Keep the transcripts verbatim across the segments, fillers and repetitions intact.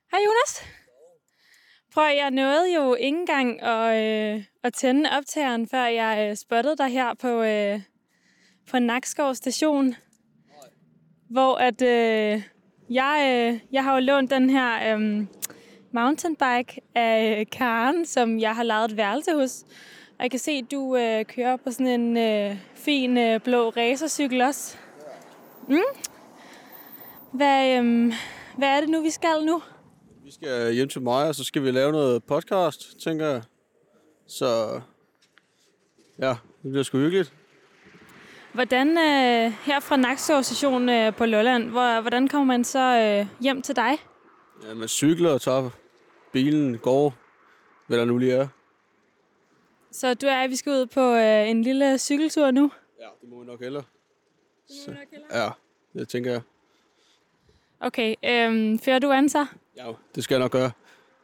Hej Jonas. Prøv, jeg nåede jo ikke engang at, øh, at tænde optageren, før jeg øh, spottede dig her på, øh, på Nakskov station. Nej. Hvor at, øh, jeg, øh, jeg har jo lånt den her øh, mountainbike af Karen, som jeg har lejet et værelse hos. Og jeg kan se, at du øh, kører på sådan en øh, fin øh, blå racercykel også. Mm? Hvad, øh, hvad er det nu, vi skal nu? Vi skal hjem til mig, og så skal vi lave noget podcast, tænker jeg. Så ja, det bliver sgu hyggeligt. Hvordan, øh, her fra Nakskov station øh, på Lolland, hvor, hvordan kommer man så øh, hjem til dig? Ja, man cykler og tager bilen, går, hvad der nu lige er. Så du er, vi skal ud på øh, en lille cykeltur nu? Ja, det må vi nok hellere. Det må vi nok hellere? Ja, det tænker jeg. Okay, øh, fører du an så? Ja, det skal jeg nok gøre.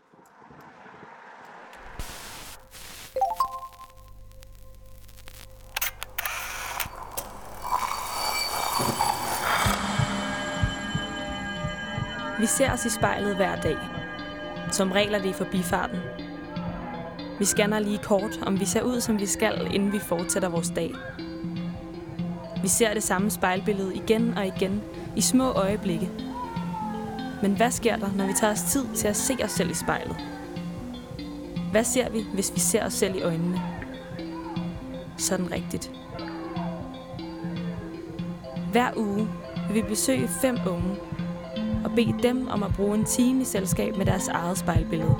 Vi ser os i spejlet hver dag. Som regel er det i forbifarten. Vi scanner lige kort, om vi ser ud, som vi skal, inden vi fortsætter vores dag. Vi ser det samme spejlbillede igen og igen, i små øjeblikke. Men hvad sker der, når vi tager os tid til at se os selv i spejlet? Hvad ser vi, hvis vi ser os selv i øjnene? Sådan rigtigt. Hver uge vil vi besøge fem unge og bede dem om at bruge en time i selskab med deres eget spejlbillede.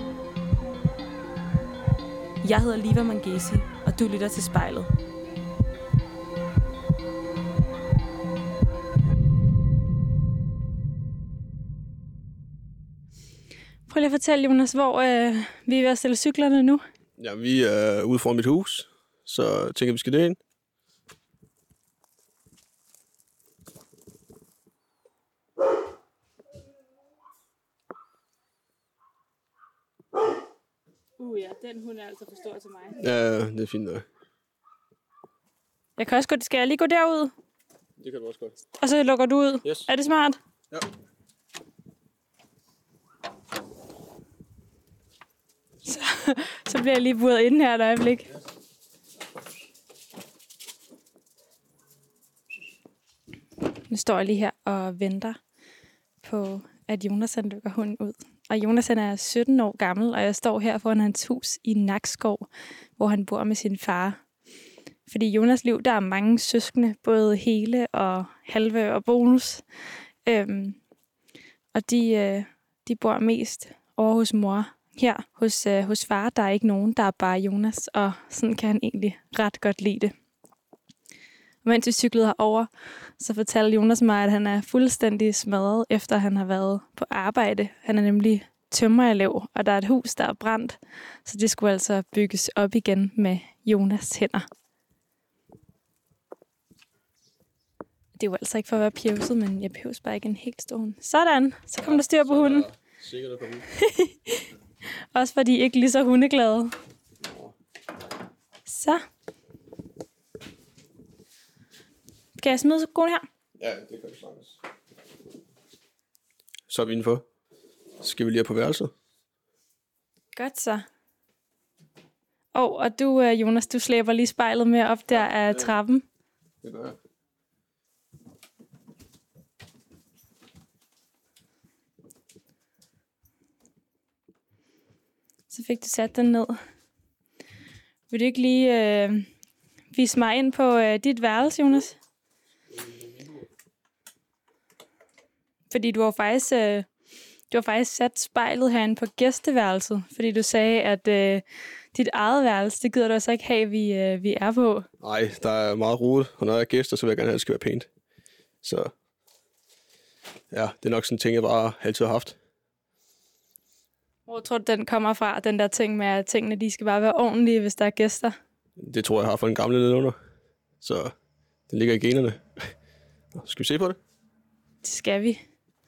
Jeg hedder Liva Mangesi, og du lytter til Spejlet. Prøv lige at fortælle, Jonas, hvor øh, vi er ved at stille cyklerne nu. Ja, vi er ude foran mit hus, så jeg tænker, vi skal det ind. Uh ja, den hund er altså for stor til mig. Ja, det er fint nok. Jeg kan også godt, skal jeg lige gå derud? Det kan du også godt. Og så lukker du ud? Yes. Er det smart? Ja. Så, så bliver jeg lige buret inde her et øjeblik. Nu står jeg lige her og venter på, at Jonas han lukker hunden ud. Og Jonas han er sytten år gammel, og jeg står her foran hans hus i Nakskov, hvor han bor med sin far. Fordi i Jonas' liv, der er mange søskende, både hele og halve og bonus. Øhm, og de, øh, de bor mest over hos mor. Her hos, øh, hos far, der er ikke nogen, der er bare Jonas, og sådan kan han egentlig ret godt lide det. Og mens vi cyklede herover, så fortalte Jonas mig, at han er fuldstændig smadret, efter han har været på arbejde. Han er nemlig tømrerelev, og der er et hus, der er brændt, så det skulle altså bygges op igen med Jonas' hænder. Det er jo altså ikke for at være pjevset, men jeg behøver bare ikke en helt stor hund. Sådan, så kommer der styr på hunden. Sikkert at komme ud. Også fordi I ikke lige så hundeglade. Så. Skal jeg smide skoene her? Ja, det kan du sagtens. Så er vi indenfor. Så skal vi lige på værelset. Godt så. Oh, og du, Jonas, du slæber lige spejlet med op der af trappen. Det gør jeg. Så fik du sat den ned. Vil du ikke lige øh, vise mig ind på øh, dit værelse, Jonas? Fordi du har faktisk, øh, du har faktisk sat spejlet herinde på gæsteværelset, fordi du sagde, at øh, dit eget værelse, det gider du altså ikke have, vi, øh, vi er på. Nej, der er meget rodet, og når jeg er gæster, så vil jeg gerne have, at det skal være pænt. Så ja, det er nok sådan en ting, jeg bare altid har haft. Hvor tror du, den kommer fra, den der ting med, at tingene de skal bare være ordentlige, hvis der er gæster? Det tror jeg har fra en gamle nedenunder. Så den ligger i generne. Skal vi se på det? Det skal vi.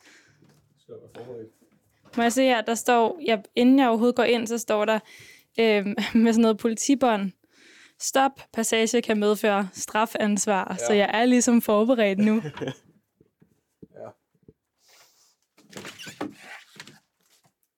Må jeg se her, der står, ja, inden jeg overhovedet går ind, så står der øh, med sådan noget politibånd. Stop, passage kan medføre strafansvar, ja. Så jeg er ligesom forberedt nu. Ja.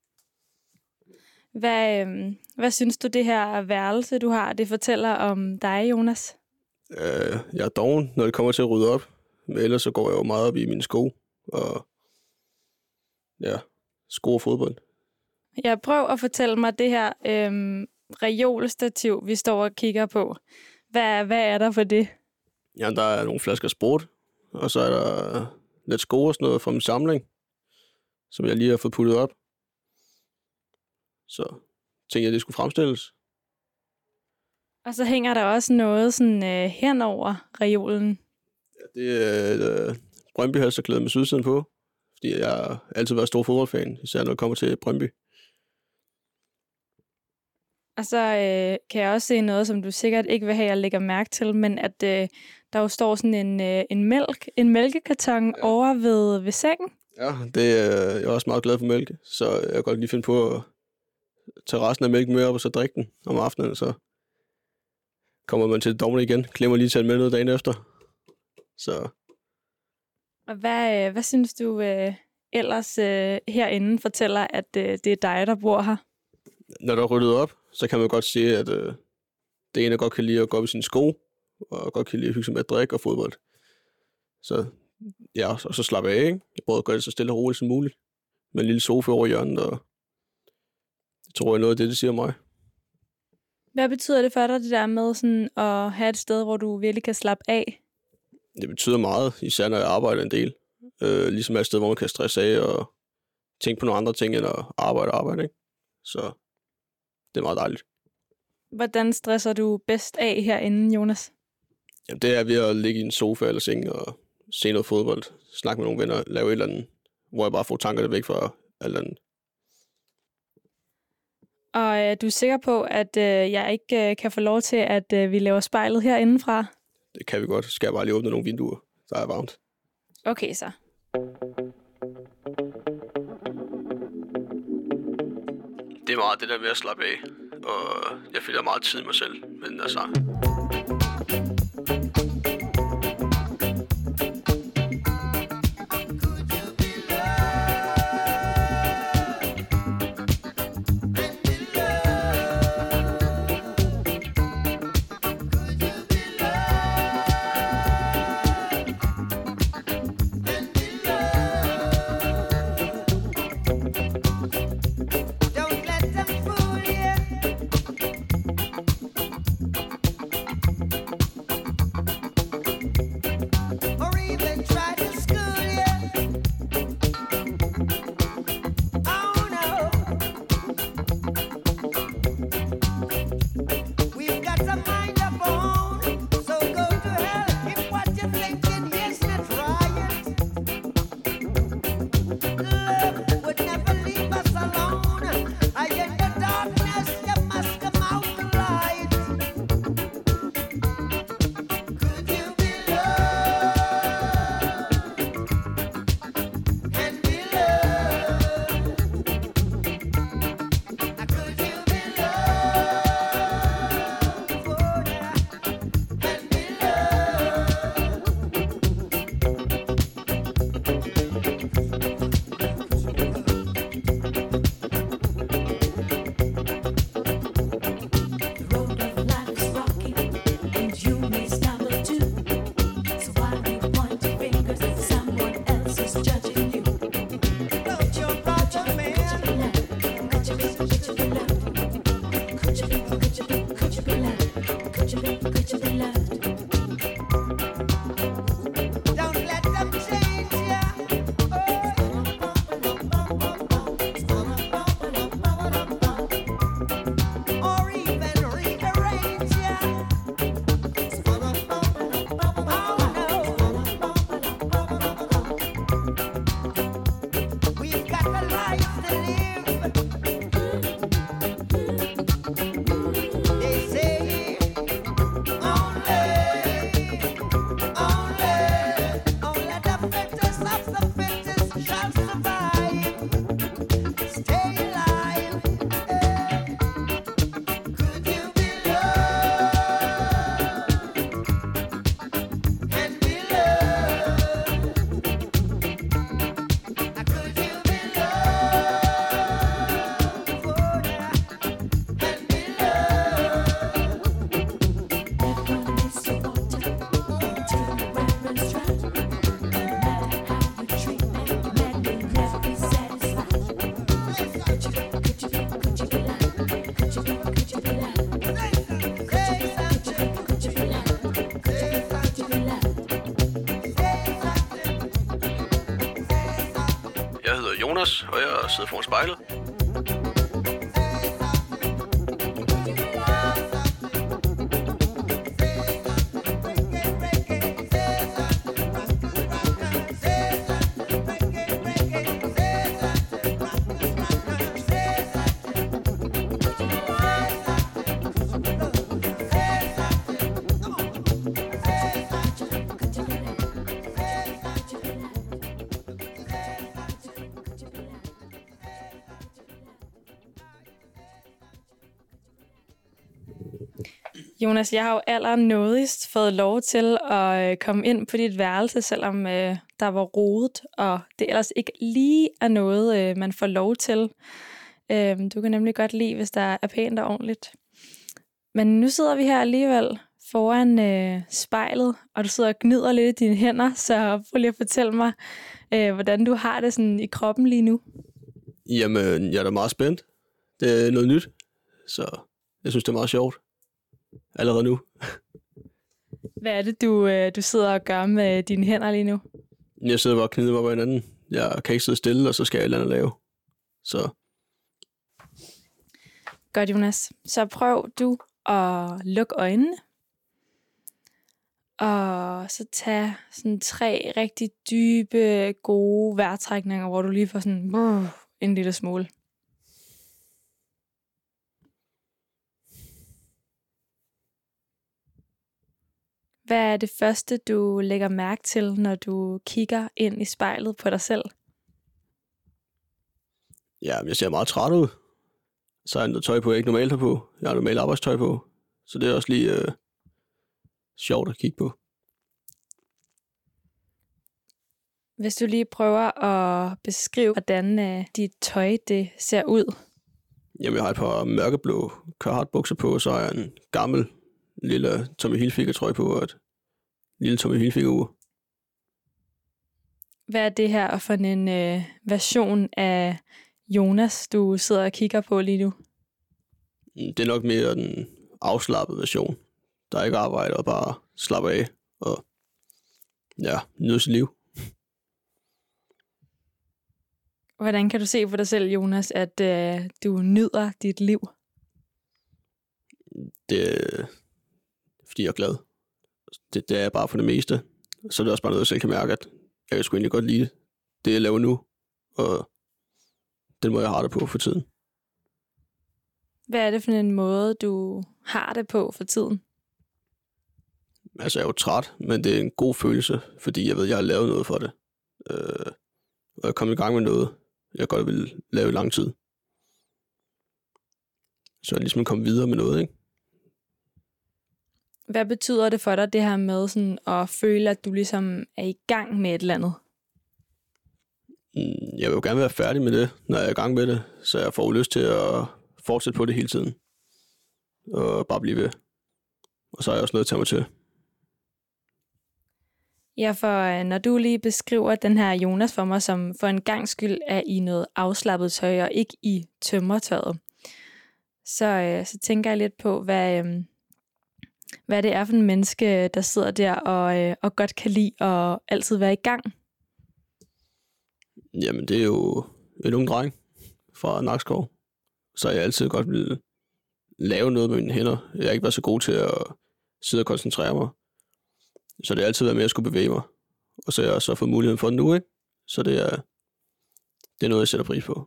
Hvad, øhm, hvad synes du, det her værelse, du har, det fortæller om dig, Jonas? Øh, jeg er doven, når det kommer til at rydde op. Men ellers så går jeg jo meget op i mine sko. Og ja, sko og fodbold. Jeg prøver at fortælle mig det her øhm, reolstativ, vi står og kigger på. Hvad, hvad er der for det? Jamen, der er nogle flasker sprut, og så er der lidt sko og sådan noget fra min samling, som jeg lige har fået puttet op. Så tænkte jeg, det skulle fremstilles. Og så hænger der også noget sådan øh, hen over reolen. Ja, det er et øh, Brøndby-halsterklæde med sydsiden på, fordi jeg har altid været stor fodboldfan, især når det kommer til Brøndby. Og så øh, kan jeg også se noget, som du sikkert ikke vil have, jeg lægger mærke til, men at øh, der jo står sådan en, øh, en mælk, en mælkekarton ja. over ved, ved sengen. Ja, det, øh, jeg er også meget glad for mælk, så jeg kan godt lige finde på at tage resten af mælken med op og så drikke den om aftenen, så kommer man til dommerne igen, glemmer lige til at melde noget dagen efter. Så. Og hvad, øh, hvad synes du øh, ellers øh, herinde fortæller, at øh, det er dig, der bor her? Når der er ryddet op, så kan man godt sige, at øh, det ene godt kan lide at gå op i sine sko, og godt kan lide at hygge sig med at drikke og fodbold. Så ja, og så slappe af, ikke? Jeg prøver at gøre det så stille og roligt som muligt. Med en lille sofa over hjørnet, og det tror jeg noget af det, det siger mig. Hvad betyder det for dig, det der med sådan at have et sted, hvor du virkelig kan slappe af? Det betyder meget, især når jeg arbejder en del. Øh, ligesom et sted, hvor man kan stresse af og tænke på nogle andre ting, end at arbejde og arbejde, ikke? Så det er meget dejligt. Hvordan stresser du bedst af herinde, Jonas? Jamen, det er ved at ligge i en sofa eller seng og se noget fodbold, snakke med nogle venner, lave et eller andet, hvor jeg bare får tankerne væk fra alt andet. Og øh, du er sikker på, at øh, jeg ikke øh, kan få lov til, at øh, vi laver spejlet herindefra? Det kan vi godt. Skal jeg bare lige åbne nogle vinduer, der er varmt. Okay, så. Det er meget det der med at slappe af, og jeg føler meget tid i mig selv med den der sang. Love would never leave us alone. Jonas, og jeg sidder foran spejlet. Jonas, jeg har jo allernådigst fået lov til at komme ind på dit værelse, selvom øh, der var rodet, og det ellers ikke lige er noget, øh, man får lov til. Øh, du kan nemlig godt lide, hvis der er pænt og ordentligt. Men nu sidder vi her alligevel foran øh, spejlet, og du sidder og gnider lidt i dine hænder, så prøv lige at fortælle mig, øh, hvordan du har det sådan i kroppen lige nu. Jamen, jeg er da meget spændt. Det er noget nyt, så jeg synes, det er meget sjovt. Allerede nu. Hvad er det, du, øh, du sidder og gør med dine hænder lige nu? Jeg sidder bare og knider mig på hinanden. Jeg kan ikke sidde stille, og så skal jeg et eller andet lave. Så. Godt, Jonas. Så prøv du at lukke øjnene. Og så tag sådan tre rigtig dybe, gode vejrtrækninger, hvor du lige får sådan uh, en lille smule. Hvad er det første, du lægger mærke til, når du kigger ind i spejlet på dig selv? Ja, jeg ser meget træt ud. Så har jeg noget tøj på, jeg ikke normalt har på. Jeg har normalt arbejdstøj på. Så det er også lige øh, sjovt at kigge på. Hvis du lige prøver at beskrive, hvordan øh, dit tøj det ser ud. Jamen, jeg har et par mørkeblå Carhartt-bukser på, og så har jeg en gammel lille Tommy Hilfiger-trøje på, og et lille Tommy Hilfiger-ur. Hvad er det her for en øh, version af Jonas, du sidder og kigger på lige nu? Det er nok mere den afslappede version, der ikke arbejder og bare slapper af og ja, nyder sit liv. Hvordan kan du se på dig selv, Jonas, at øh, du nyder dit liv? Det er, fordi jeg er glad. Det, det er bare for det meste. Så er det også bare noget, jeg selv kan mærke, at jeg kan sgu egentlig godt lide det, jeg laver nu. Og den måde, jeg har det på for tiden. Hvad er det for en måde, du har det på for tiden? Altså, jeg er jo træt, men det er en god følelse, fordi jeg ved, at jeg har lavet noget for det. Øh, og jeg er kommet i gang med noget, jeg godt vil lave i lang tid. Så jeg ligesom kommet videre med noget, ikke? Hvad betyder det for dig, det her med sådan at føle, at du ligesom er i gang med et eller andet? Jeg vil jo gerne være færdig med det, når jeg er i gang med det, så jeg får lyst til at fortsætte på det hele tiden. Og bare blive ved. Og så har jeg også noget at tage mig til. Ja, for når du lige beskriver den her Jonas for mig, som for en gang skyld er i noget afslappet tøj, og ikke i tømmertøjet, så, så tænker jeg lidt på, hvad, hvad det er for en menneske, der sidder der og, og godt kan lide at altid være i gang. Jamen, det er jo en ung dreng fra Nakskov. Så har jeg altid godt vil lave noget med mine hænder. Jeg har ikke været så god til at sidde og koncentrere mig. Så det har altid været med at skulle bevæge mig. Og så har jeg også fået muligheden for det nu, ikke? Så det er, det er noget, jeg sætter pris på.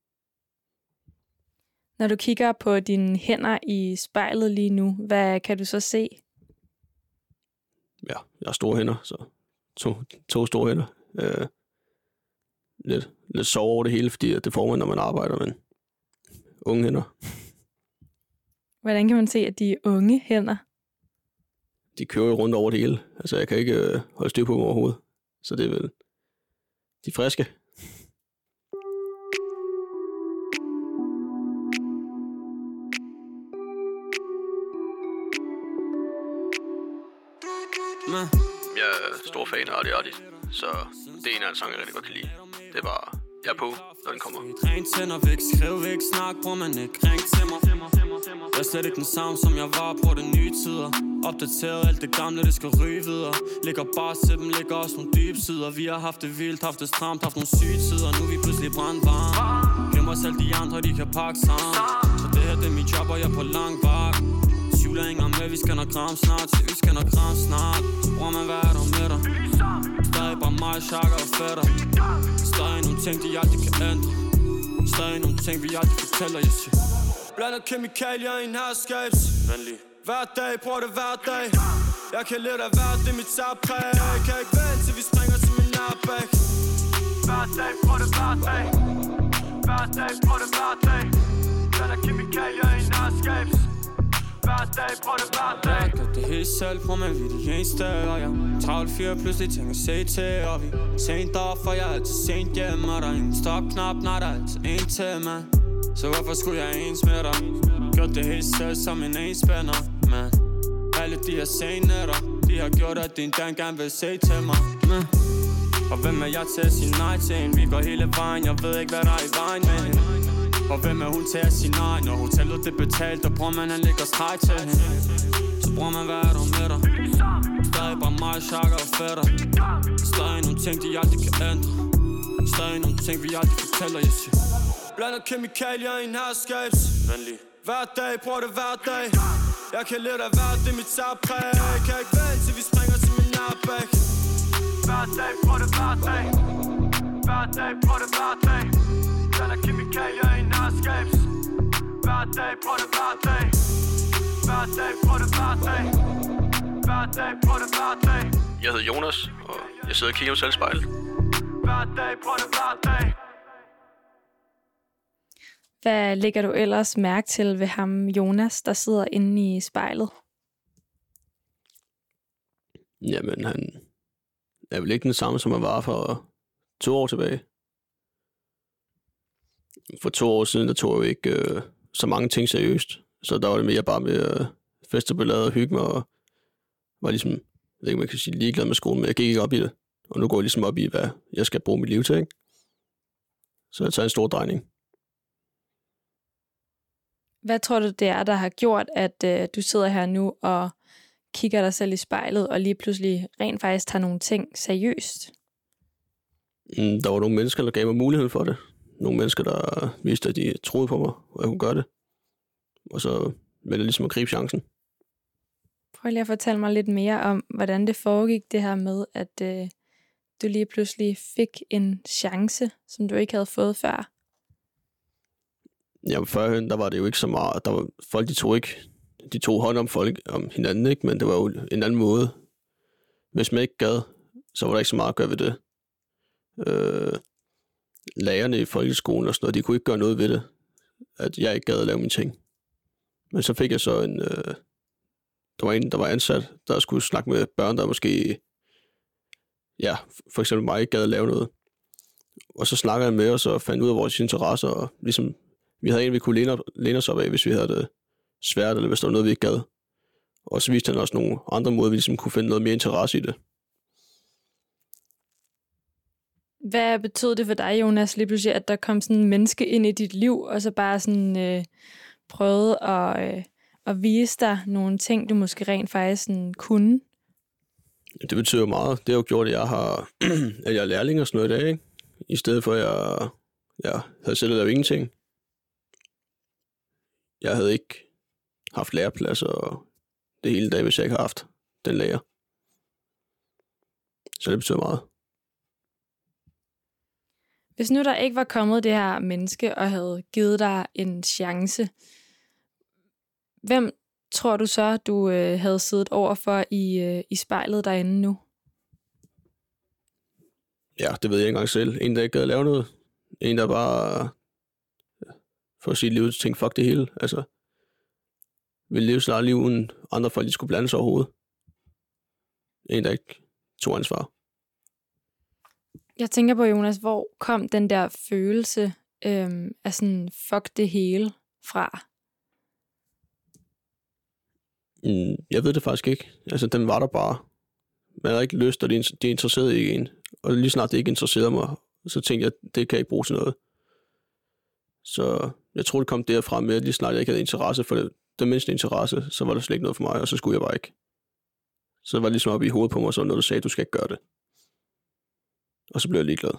Når du kigger på dine hænder i spejlet lige nu, hvad kan du så se? Ja, jeg har store hænder, så to, to store hænder. Øh, lidt, lidt sove over det hele, fordi det får man, når man arbejder med unge hænder. Hvordan kan man se, at de er unge hænder? De kører jo rundt over det hele. Altså, jeg kan ikke øh, holde styr på dem overhovedet. Så det er vel de friske. Jeg er stor fan af Adi Adi, så det er en af de sange, jeg rigtig godt kan lide. Det er bare, jeg er på, når den kommer. Ring tænder, vil ikke skrive, vil ikke snakke, bror, man ikke ring til mig. Jeg er slet ikke den samme, som jeg var på de nye tider. Opdateret alt det gamle, det skal ryge videre. Ligger bare til dem, ligger også nogle dybe sider. Vi har haft det vildt, haft det stramt, haft nogle syge tider. Nu er vi pludselig brandvarme. Glem os alle de andre, de kan pakke sammen. Så det her, det er min job, og jeg er på lang vagt. Syvler ikke med, vi skal nok kram snart. Se, vi skal nok kram snart. Så bruger man hvad der med dig. Stadig bare mig, Chaka og fætter. Stadig nogle ting, de aldrig kan ændre. Stadig nogle ting, vi aldrig fortæller, jeg siger. Blander kemikalier i en herskabs. Venlig. Hver dag, bruger det hver dag. Jeg kan lide dig hver, det er mit særpræg. Kan ikke vente, til vi springer til min nærbæk. Hver dag, bruger det hver dag. Hver dag, bruger det hver dag. Blander kemikalier i en herskabs. Hver dag, bruger det hver dag. Jeg gør det helt selv, for man vi de eneste. Og jeg travlt fyre, pludselig ting at se til. Og vi sent op, for jeg er altid sent hjemme. Og der er ingen stopknap, nej, der er altid en til, man. Så hvorfor skulle jeg ens med dig? Gjort det helt selv som en enspænder, man. Alle de her scenetter, de har gjort, at din dan gerne vil se til mig, man. Og hvem er jeg til at sige nej til hende? Vi går hele vejen, jeg ved ikke hvad der er i vejen med hende. Og hvem er hun til at sige nej? Når hotellet det betalt, og bror man han ligger streg til hende. Så bror man hvad er der med dig? Stadig bare mig, Chaka og fætter. Stadig nogle ting, de aldrig kan ændre. Stadig nogle ting, vi aldrig fortæller, jeg siger. Blander kemikalier i en herskabs. Venlig. Hver dag, bruger det hver dag. Jeg kan lide dig hver, det er mit særpræg. Kan ikke vente, til vi springer til min nærbæk. Hver dag, bruger det hver dag. Hver dag, bruger det hver dag. Blander kemikalier i en herskabs. Hver dag, bruger det hver dag. Hver dag, bruger det hver dag. Hver dag, bruger det hver dag. Jeg hedder Jonas, og jeg sidder og kigger på selvspejlet. Hver dag, bruger det hver dag. Hvad lægger du ellers mærke til ved ham, Jonas, der sidder inde i spejlet? Jamen, han er vel ikke den samme, som han var for to år tilbage. For to år siden, der tog jeg jo ikke øh, så mange ting seriøst. Så der var det mere bare med øh, fest og ballade og hygge mig, og var ligesom, jeg ved ikke, man kan sige, ligeglad med skolen, men jeg gik ikke op i det. Og nu går jeg ligesom op i, hvad jeg skal bruge mit liv til, ikke? Så jeg tager en stor drejning. Hvad tror du, det er, der har gjort, at øh, du sidder her nu og kigger dig selv i spejlet, og lige pludselig rent faktisk tager nogle ting seriøst? Mm, der var nogle mennesker, der gav mig muligheden for det. Nogle mennesker, der viste, at de troede på mig, og jeg kunne gøre det. Og så med det ligesom at gribe chancen. Prøv lige at fortælle mig lidt mere om, hvordan det foregik, det her med, at øh, du lige pludselig fik en chance, som du ikke havde fået før. Jamen førhen, der var det jo ikke så meget. Der var, folk, de tog ikke, de tog hånd om folk, om hinanden, ikke? Men det var jo en anden måde. Hvis man ikke gad, så var der ikke så meget at gøre ved det. Øh, lærerne i folkeskolen og sådan noget, de kunne ikke gøre noget ved det. At jeg ikke gad at lave mine ting. Men så fik jeg så en, øh, der var en, der var ansat, der skulle snakke med børn, der måske, ja, for eksempel mig ikke gad at lave noget. Og så snakkede jeg med os og fandt ud af vores interesser, og ligesom, vi havde en, vi kunne læne, læne os op af, hvis vi havde det svært, eller hvis der var noget, vi ikke gad. Og så viste han også nogle andre måder, vi ligesom kunne finde noget mere interesse i det. Hvad betød det for dig, Jonas, lige pludselig, at der kom sådan en menneske ind i dit liv, og så bare sådan øh, prøvede at, øh, at vise dig nogle ting, du måske rent faktisk sådan kunne? Det betyder meget. Det har jo gjort, at jeg har at jeg er lærling og sådan noget i dag, ikke? I stedet for, at jeg, jeg havde selv lavet ingenting. Jeg havde ikke haft lærepladser og det hele dag, hvis jeg ikke har haft den lærer. Så det betyder meget. Hvis nu der ikke var kommet det her menneske og havde givet dig en chance, hvem tror du så, du øh, havde siddet overfor i, øh, i spejlet derinde nu? Ja, det ved jeg ikke engang selv. En, der ikke gad lave noget. En, der bare, for at sige livet, tænkte, fuck det hele. Altså, ville leve sit eget liv, uden andre folk, de skulle blande sig overhovedet. En, der ikke tog ansvar. Jeg tænker på, Jonas, hvor kom den der følelse øhm, af sådan, fuck det hele fra? Mm, jeg ved det faktisk ikke. Altså, den var der bare. Man havde ikke lyst, og de er interesseret i en. Og lige snart det ikke interesserede mig, så tænkte jeg, det kan jeg ikke bruge til noget. Så jeg tror, det kom derfra med, at lige snart jeg ikke havde interesse for det, den mindste interesse, så var der slet ikke noget for mig, og så skulle jeg bare ikke. Så var det ligesom oppe i hovedet på mig, så når du sagde, du skal ikke gøre det. Og så blev jeg ligeglad.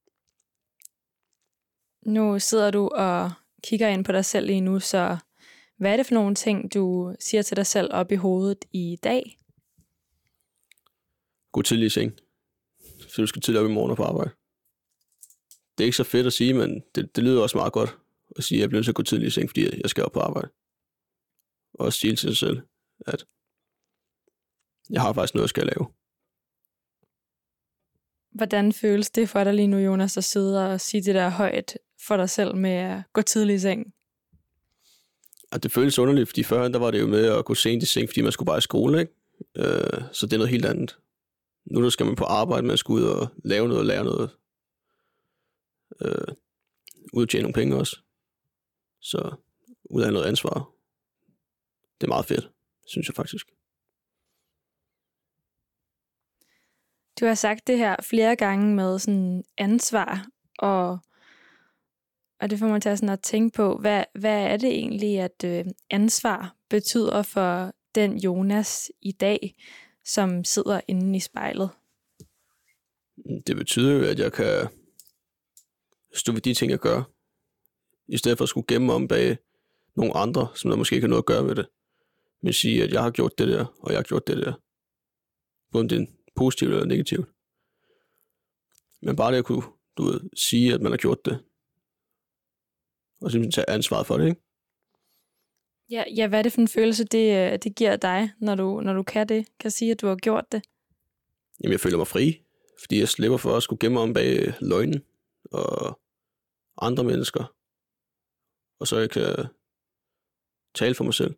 Nu sidder du og kigger ind på dig selv lige nu, så hvad er det for nogle ting, du siger til dig selv op i hovedet i dag? Gå tidlig i seng. Så du skal tidligt op i morgen og på arbejde. Det er ikke så fedt at sige, men det, det lyder også meget godt at sige, at jeg bliver nødt til at gå tidligt i seng, fordi jeg skal op på arbejde. Og også sige til sig selv, at jeg har faktisk noget, jeg skal lave. Hvordan føles det for dig lige nu, Jonas, at sidde og sige det der højt for dig selv med at gå tidligt i seng? Og det føles underligt, fordi før der var det jo med at gå sent i seng, fordi man skulle bare i skole, ikke? Øh, så det er noget helt andet. Nu der skal man på arbejde, man skal ud og lave noget og lære noget. Øh, ud og tjene nogle penge også. Så ud af noget ansvar. Det er meget fedt, synes jeg faktisk. Du har sagt det her flere gange med sådan ansvar, og, og det får mig til sådan at tænke på, hvad, hvad er det egentlig, at øh, ansvar betyder for den Jonas i dag, som sidder inde i spejlet? Det betyder jo, at jeg kan stå ved de ting, jeg gør, i stedet for at skulle gemme om bag nogle andre, som der måske ikke har noget at gøre med det, men sige, at jeg har gjort det der, og jeg har gjort det der. Både det er positivt eller negativt. Men bare det at kunne, du ved, sige, at man har gjort det, og simpelthen tage ansvaret for det, ikke? Ja, ja, hvad er det for en følelse, det, det giver dig, når du, når du kan det? Kan sige, at du har gjort det? Jamen, jeg føler mig fri, fordi jeg slipper for at skulle gemme om bag løgnen og andre mennesker, og så jeg kan tale for mig selv.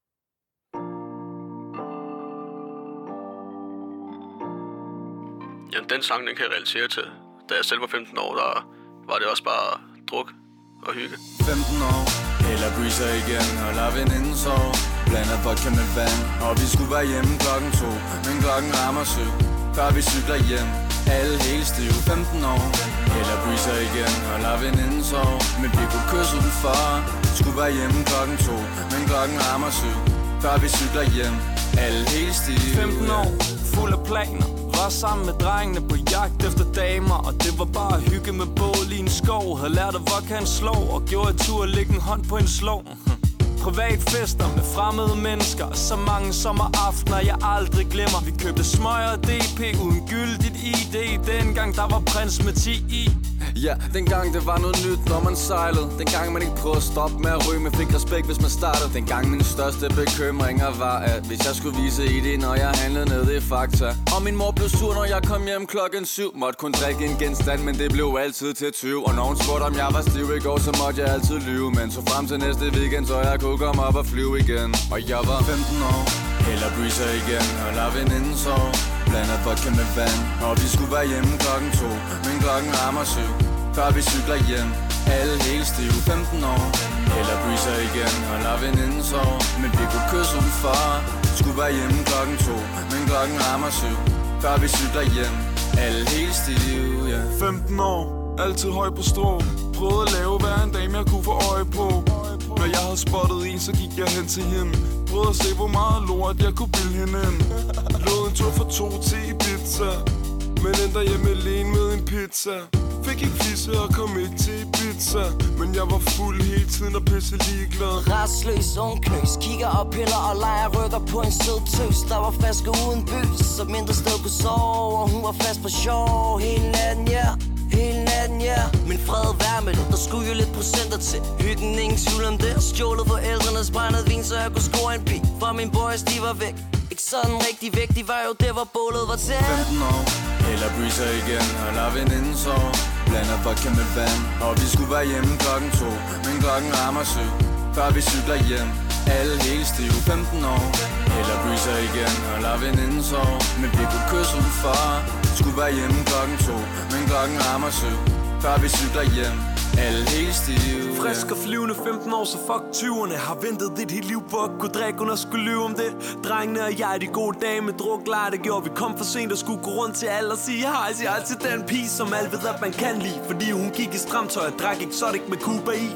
Jamen, den sang, den kan jeg relatere til. Da jeg selv var femten år, der var det også bare druk og hygge. femten år, eller breezer igen, og lad veninden sove. Blander vodka med vand, og vi skulle være hjemme klokken to. Men klokken rammer syv, før vi cykler hjem. Alle helt stive, femten år, eller breezer igen, og lad veninden sove. Men vi kunne kysse udenfor, skulle være hjemme klokken to. Men klokken rammer syv, før vi cykler hjem. Alle helt stive. femten år, fuld af planer. Var sammen med drengene på jagt efter damer. Og det var bare hygge med bål i en skov. Havde lært at vodka en slå, og gjorde et tur at lægge en hånd på en slå. Privat fester med fremmede mennesker. Så mange sommeraftener jeg aldrig glemmer. Vi købte smøger og D P uden gyldigt I D. Dengang der var prins med ti i. Ja, dengang det var noget nyt, når man sejlede. Dengang man ikke prøvede at stoppe med at ryge, men fik respekt, hvis man startede. Dengang min største bekymringer var, at hvis jeg skulle vise I D, når jeg handlede nede i Fakta. Og min mor blev sur, når jeg kom hjem klokken syv. Måtte kun drikke en genstand, men det blev altid til tyve. Og når hun spurgte, om jeg var stiv i går, så måtte jeg altid lyve. Men så frem til næste weekend, så jeg kunne komme op og flyve igen. Og jeg var femten år, eller breezer igen, og lad veninden sove. Blander vodka med vand, og vi skulle være hjemme klokken to. Men klokken rammer syv, før vi cykler hjem. Alle helt stive, femten år, eller breezer igen, og lad veninden sove. Men vi kunne kysse udenfor, skulle være hjemme klokken to. Men klokken rammer syv, før vi cykler hjem. Alle helt stive, ja. Yeah. femten år, altid høj på strå. Prøvede at lave hver en dame jeg kunne få øje på. Når jeg havde spottet en, så gik jeg hen til hende. Prøvede at se hvor meget lort jeg kunne bilde hende ind. Lod en tur for to til Ibiza, men endte hjemme alene med en pizza. Fik ikke fisse og kom ikke til Ibiza, men jeg var fuld hele tiden og pisse ligeglad. Restløs ung knøs, kigger og piller og leger rykker på en sød tøs. Der var flaske uden bøs, så mindre sted kunne sove. Og hun var fast på sjov hele natten, ja yeah. Hele natten, ja yeah. Men fred vær med det, der skulle jo lidt procenter til. Hyggen, ingen tvivl om det. Stjålet forældrenes brændede vin, så jeg kunne score en pig. For mine boys, de var væk. Ikke sådan rigtig væk, de var jo der, hvor bålet var tæt. femten år, eller breezer igen, og lad veninden sove. Blander vodka med vand, og vi skulle være hjemme klokken to. Men klokken rammer syv, før vi cykler hjem. Alle helt stive, femten år, eller breezer igen, og lad veninden sove. Men vi kunne kysse udenfor, skulle være hjemme klokken to. Men klokken rammer syv, før vi cykler hjem. Alle helt stive. Frisk og flyvende femten år, så fuck tyverne. Har ventet dit helt liv på at kunne drikke, uden at skulle lyve om det. Drengene og jeg, de gode dage med druk, lejr, det gjorde vi kom for sent og skulle gå rundt til alle og sige hej, sige hej til den pige, som alle ved, at man kan lide. Fordi hun gik i stramt tøj og drak ikke, så det ikke med Cuba i.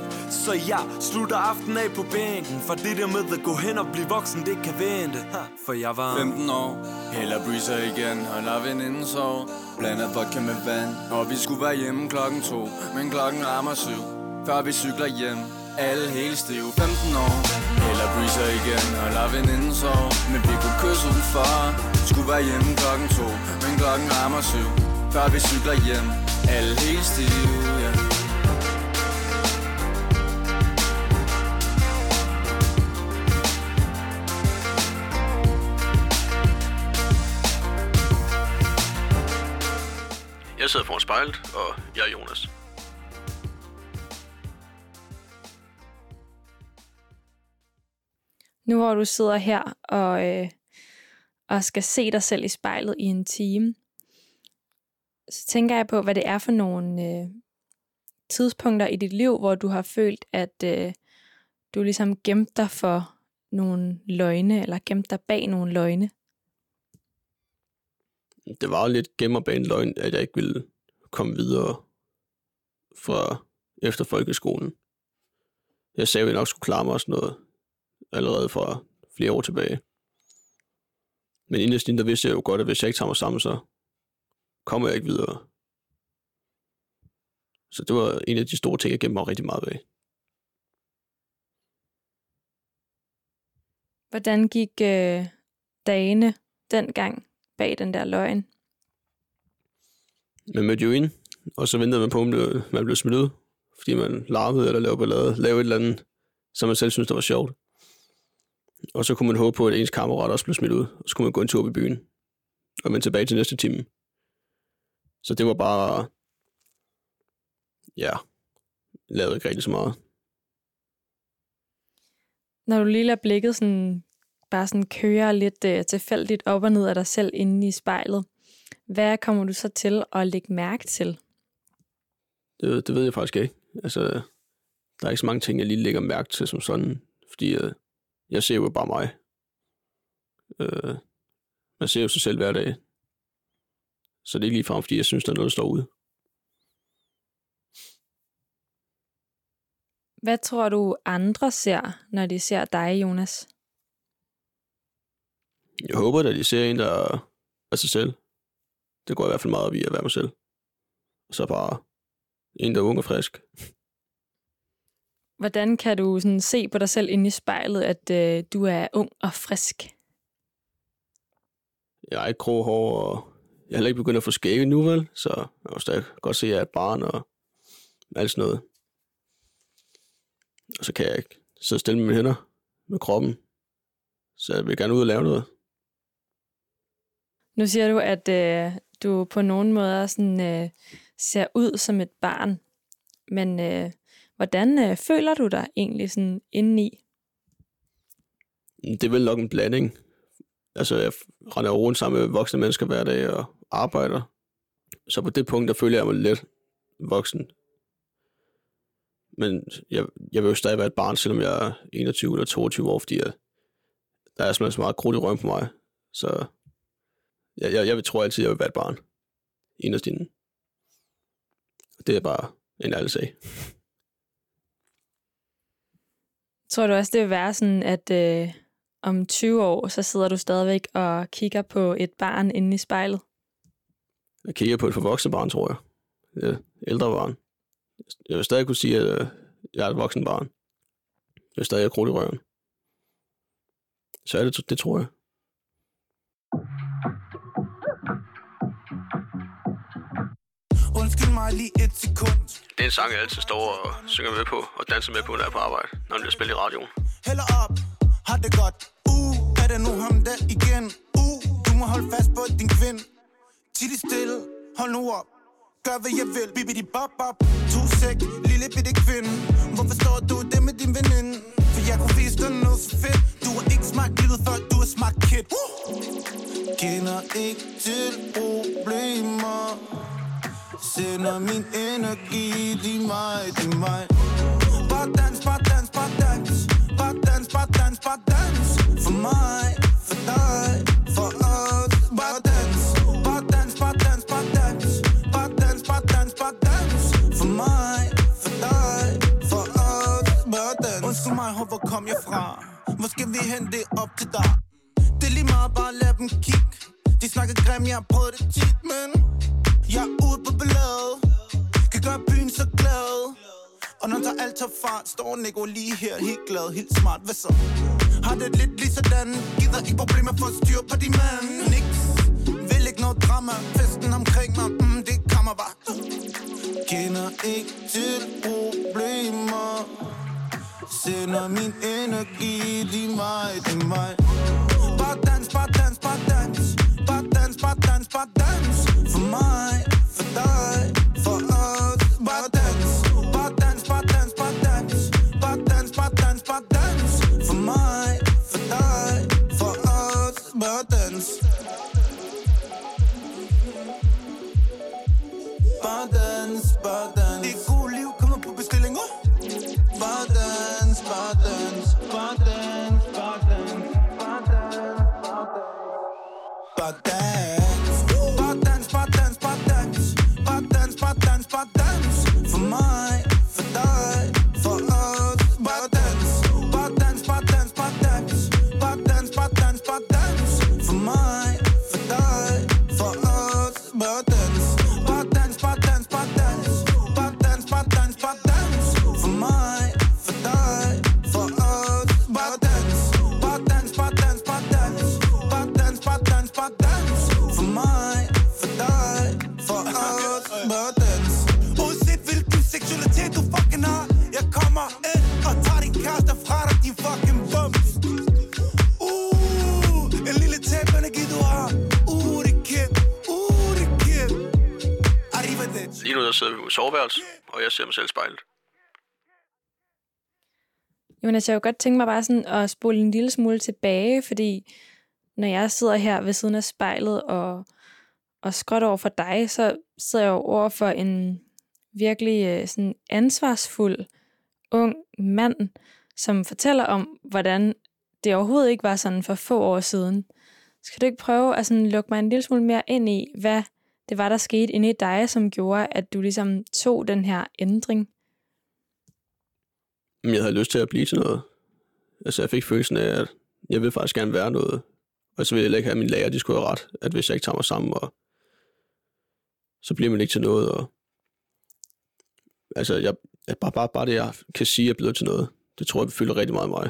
Så jeg slutter aftenen af på bænken. For det der med at gå hen og blive voksen, det kan vente. For jeg var femten år, hælder breezer igen, holder veninden sov. Blander vodka med vand, og vi skulle være hjemme klokken to. Men klokken rammer syv, før vi cykler hjem. Alle helt stive, femten år, hælder breezer igen, holder veninden sov. Men vi kunne kysse udenfor, skulle være hjemme klokken to. Men klokken rammer syv, før vi cykler hjem. Alle helt stive, ja. Jeg sidder foran spejlet, og jeg er Jonas. Nu hvor du sidder her og, øh, og skal se dig selv i spejlet i en time, så tænker jeg på, hvad det er for nogle øh, tidspunkter i dit liv, hvor du har følt, at øh, du ligesom gemte dig for nogle løgne, eller gemte dig bag nogle løgne. Det var lidt gemmer bag en løgn, at jeg ikke ville komme videre fra efter folkeskolen. Jeg sagde, at jeg nok skulle klare mig og sådan noget, allerede fra flere år tilbage. Men inderst inde, der vidste jeg jo godt, at hvis jeg ikke tager mig sammen, så kommer jeg ikke videre. Så det var en af de store ting, jeg gemte mig rigtig meget af. Hvordan gik øh, dagene dengang bag den der løgn? Man mødte jo ind, og så ventede man på, om man blev smidt ud, fordi man larmede eller lavede ballade, lavede et eller andet, som man selv synes, der var sjovt. Og så kunne man håbe på, at ens kammerat også blev smidt ud, og så kunne man gå en tur på byen, og vende tilbage til næste time. Så det var bare, ja, lavede ikke rigtig så meget. Når du lige lader blikket sådan, bare sådan køre lidt øh, tilfældigt op og ned af dig selv inde i spejlet, hvad kommer du så til at lægge mærke til? Det, det ved jeg faktisk ikke. Altså, der er ikke så mange ting, jeg lige lægger mærke til som sådan, fordi øh, jeg ser jo bare mig. Øh, man ser jo sig selv hver dag. Så det er ikke ligefrem, fordi jeg synes, der er noget, der står ude. Hvad tror du andre ser, når de ser dig, Jonas? Jeg håber, at de ser en, der er sig selv. Det går i hvert fald meget op i at være mig selv. Og så bare en, der er ung og frisk. Hvordan kan du sådan se på dig selv inde i spejlet, at øh, du er ung og frisk? Jeg er ikke grå hår, og jeg er heller ikke begyndt at få skægge nu, vel? Så jeg kan stadig godt se, at jeg er et barn og alt sådan noget. Og så kan jeg ikke sidde stille med mine hænder, med kroppen. Så jeg vil gerne ud og lave noget. Nu siger du, at øh, du på nogen måder sådan, øh, ser ud som et barn. Men øh, hvordan øh, føler du dig egentlig sådan indeni? Det er vel nok en blanding. Altså, jeg render rundt sammen med voksne mennesker hver dag og arbejder. Så på det punkt, der føler jeg mig lidt voksen. Men jeg, jeg vil jo stadig være et barn, selvom jeg er enogtyve eller toogtyve år, fordi jeg, der er simpelthen så meget krudt i røven på mig. Så jeg, jeg, jeg tror altid, jeg vil være et barn. Inderst inde. Det er bare en ærlig sag. Tror du også, det vil være sådan, at øh, om tyve år, så sidder du stadigvæk og kigger på et barn inde i spejlet? Jeg kigger på et forvokset barn, tror jeg. Et ældre barn. Jeg vil stadig kunne sige, at jeg er et voksen barn. Jeg er stadig have krudt i røven. Så er det, det tror jeg. Undskyld mig lige et sekund. Det er en sang, jeg altid står og synger med på og danser med på, når jeg er på arbejde, når den bliver spillet i radioen. Hælder op, har det godt. Uh, er det nu ham der igen? Uh, du må holde fast på din kvinde. Tid stille, hold nu op. Gør hvad jeg vil, bibidi bop bop. To sæk, lille bitte kvinde. Hvorfor står du det med din veninde? For jeg kunne vise dig noget så fedt. Du har ikke smagt livet før, du har smagt kid. Uh! Kender ikke til problemer. Sender min energi, de mig, de mig. Bare dans, bare dans, bare dans. Bare dans, bare dans, bare dans. For mig, for dig, for os. Bare dans, bare dans, bare dans, bare dans. Bare dans, bare dans, bare dans. For mig, for dig, for os. Åh, hvor kom jeg fra? Hvor skal vi hen, det op til dig? Det er lige meget, bare lad dem kigge. De snakker grim, jeg har prøvet det tit, men jeg er ude på balladet. Kan gøre byen så glad. Og når tager alt tager fart, står Nico lige her, helt glad, helt smart. Hvad så? Har det lidt lige sådan. Gider ikke problemer for at styre på de mand. Niks, vil ikke noget drama. Festen omkring mig, mm, det kommer bare. Kender ikke til problemer. Sender min energi, de mig, de mig. Bare dans, bare dans, bare dans. Bare dans, bare dans, bare dans. For mig, for dig, for os. Bare dans, bare dans, bare dans, bare dans. Bare dans, bare dans, bare dans. For mig, for dig, for os. Bare dans. Bare dans, bare dans. Det gode liv kommer på bestilling, uh. Bare dans, bare dans. Bare dans, bare dans. Bare dans, bare dans. Bare dans, bare dans, bare dans. Bare dans, bare dans, bare dans. For mig, for dig, for os. Bare dans, bare dans, bare dans, bare dans. Bare dans, bare dans, bare dans. For mig, for dig, for os. Bare dans, bare dans, bare dans, bare dans. Bare dans, bare dans, bare dans. For mig, for dig, for os. Bare dans, bare dans, bare dans, bare dans. Bare dans, bare dans, bare dans. For mig, for dig, for os. Bare dans. Uanset hvilken seksualitet du fucking har, jeg kommer ind og tager din kæreste fra dig, din fucking bums. Uh, en lille tab-energi du har. Uh, det er kæm. Uh, det er kæm. Arrivederci. Lige nu der sidder vi på soveværelse, og jeg ser mig selv i spejlet. Jamen, altså, jeg kunne godt tænke mig bare sådan at spole en lille smule tilbage, fordi når jeg sidder her ved siden af spejlet og, og skråt over for dig, så sidder jeg jo over for en virkelig sådan ansvarsfuld ung mand, som fortæller om, hvordan det overhovedet ikke var sådan for få år siden. Skal du ikke prøve at sådan lukke mig en lille smule mere ind i, hvad det var, der skete inde i dig, som gjorde, at du ligesom tog den her ændring? Jeg havde lyst til at blive til noget. Altså, jeg fik følelsen af, at jeg ville faktisk gerne være noget. Og så ville jeg ikke have, at mine lærer, de skulle have ret. At hvis jeg ikke tager mig sammen, og så bliver man ikke til noget. Og altså, jeg, jeg, bare, bare, bare det, jeg kan sige, er blevet til noget. Det tror jeg, fylder rigtig meget af mig.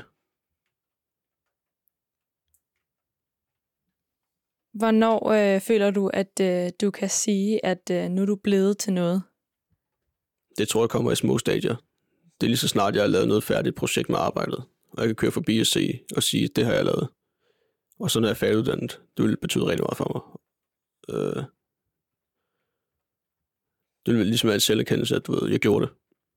Hvornår øh, føler du, at øh, du kan sige, at øh, nu er du blevet til noget? Det tror jeg kommer i små stadier. Det er lige så snart, jeg har lavet noget færdigt projekt med arbejdet. Og jeg kan køre forbi og se og sige, det har jeg lavet. Og så når jeg er færdiguddannet, det vil betyde rigtig meget for mig. Øh, det vil ligesom være en selverkendelse, at du ved, jeg gjorde det.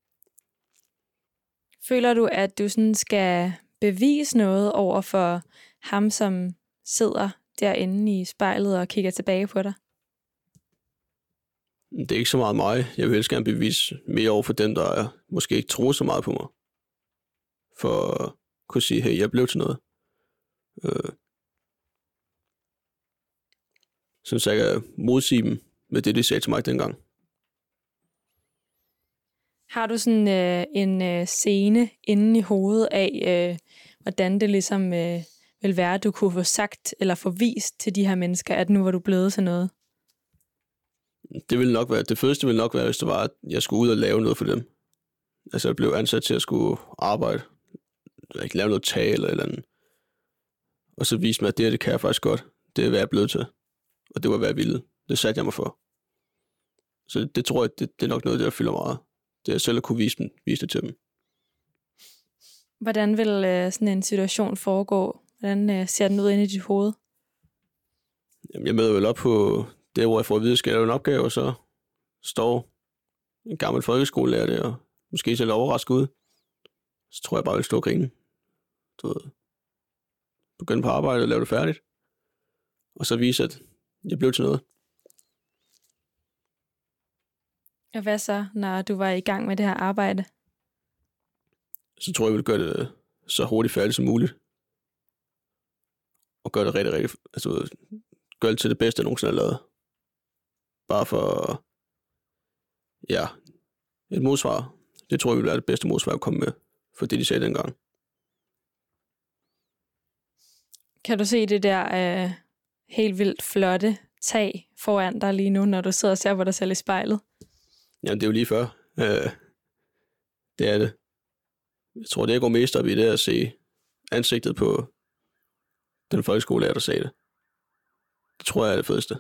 Føler du, at du sådan skal bevise noget over for ham, som sidder derinde i spejlet og kigger tilbage på dig? Det er ikke så meget mig. Jeg vil helst gerne bevise mere over for dem, der er, måske ikke tror så meget på mig. For at kunne sige, hey, jeg blev til noget. Øh. Så jeg kan modsige dem med det, de sagde til mig dengang. Har du sådan øh, en øh, scene inde i hovedet af, øh, hvordan det ligesom øh, vil være, at du kunne få sagt eller få vist til de her mennesker, at nu var du blevet til noget? Det ville nok være, det fedeste ville nok være, hvis det var, at jeg skulle ud og lave noget for dem. Altså, jeg blev ansat til at skulle arbejde, ikke lave noget tale eller andet. Og så vise mig, at det her, det kan jeg faktisk godt. Det er, hvad jeg er blevet til. Og det var, hvad jeg ville. Det satte jeg mig for. Så det, det tror jeg, det, det er nok noget, der fylder meget. Det er selv at kunne vise, dem, vise det til dem. Hvordan vil øh, sådan en situation foregå? Hvordan øh, ser den ud inde i dit hoved? Jamen, jeg møder vel op på det, hvor jeg får at vide, at jeg skal lave en opgave, og så står en gammel folkeskolelærer der, og måske ser lidt overrasket ud. Så tror jeg bare, jeg vil stå og grine. Du ved, begynde på arbejde og lave det færdigt. Og så vise, at jeg blev til noget. Og hvad så, når du var i gang med det her arbejde? Så tror jeg, jeg vil gøre det så hurtigt færdigt som muligt. Og gøre det rigtig, rigtig... Altså, gøre det til det bedste, jeg nogensinde har lavet. Bare for... Ja, et modsvar. Det tror jeg vil være det bedste modsvar at komme med, for det, de sagde dengang. Kan du se det der øh, helt vildt flotte tag foran dig lige nu, når du sidder og ser på dig selv i spejlet? Jamen, det er jo lige før. Øh, det er det. Jeg tror, det jeg går mest op i, det er at se ansigtet på den folkeskolelærer, der sagde det. Det tror jeg er det fedeste.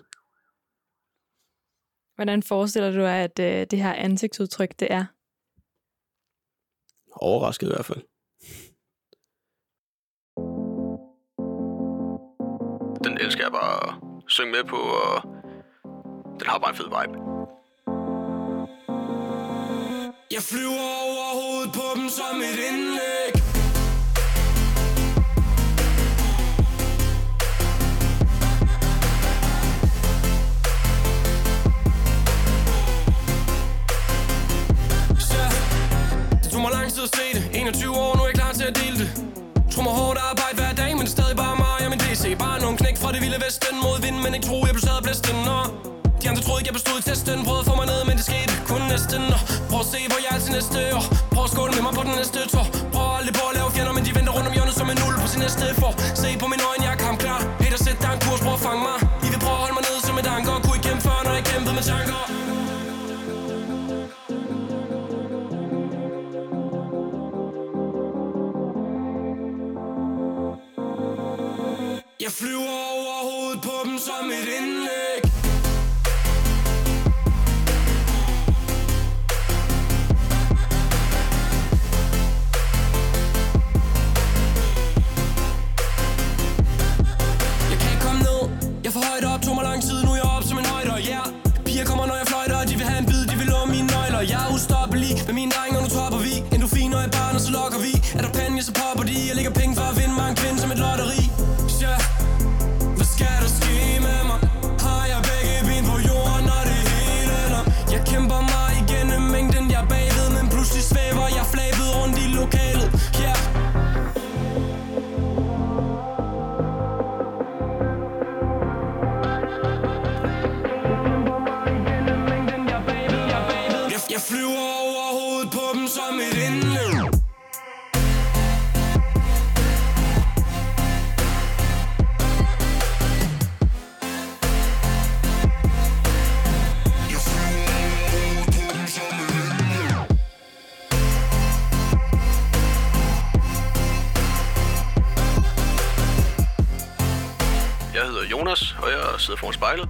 Hvordan forestiller du dig, at øh, det her ansigtsudtryk, det er? Overrasket i hvert fald. Den elsker jeg bare at synge med på, og den har bare en fed vibe. Jeg flyver over hovedet på dem som et indlæg. Så, det tog mig lang tid at se det. enogtyve år, nu er jeg klar til at dele det. Tror mig hårdt arbejde hver dag, men det er stadig bare mig og min D C. Bare nogle knæk fra det vilde vesten mod vind, men ikke tro, jeg blev taget af blæsten. Og de andre troede ikke, jeg bestod i testen. Prøvede at få mig ned, men det skete kun næsten. Og prøv at se, hvor jeg er til næste år. Prøv at skåle med mig på den næste tår. Prøv aldrig på at lave fjender, men de venter rundt om hjørnet som en nul på sin næste for. Se på mine øjne, jeg er kampklar. Peter, sæt dig en kurs, prøv at fange mig. I vil prøve at holde mig nede som et anker. Kunne ikke kæmpe før, når jeg kæmpede med tanker. Jeg flyver over hovedet på dem som et indlæg. Jeg kan ikke komme ned, jeg er for højt op, tog mig lang tid, nu er jeg op som en højder, yeah. Piger kommer når jeg fløjter, de vil have en bid, de vil låne mine nøgler. Jeg er ustoppelig med mine drenge, og nu tropper vi. Endorfin, når jeg barn, og så lokker vi. Er der penge, så popper de. Jeg lægger penge for at vinde mig en kvinde som et lotteri. Yeah. Hvad skal der ske med mig? Har jeg begge ben på jorden, når det hele ender? Jeg kæmper mig igennem mængden, jeg er bagved, men pludselig svæver jeg flabet rundt i lokalet. Yeah. Jeg, jeg flyver over hovedet på dem som et indlæg. Jeg hedder Jonas, og jeg sidder foran spejlet.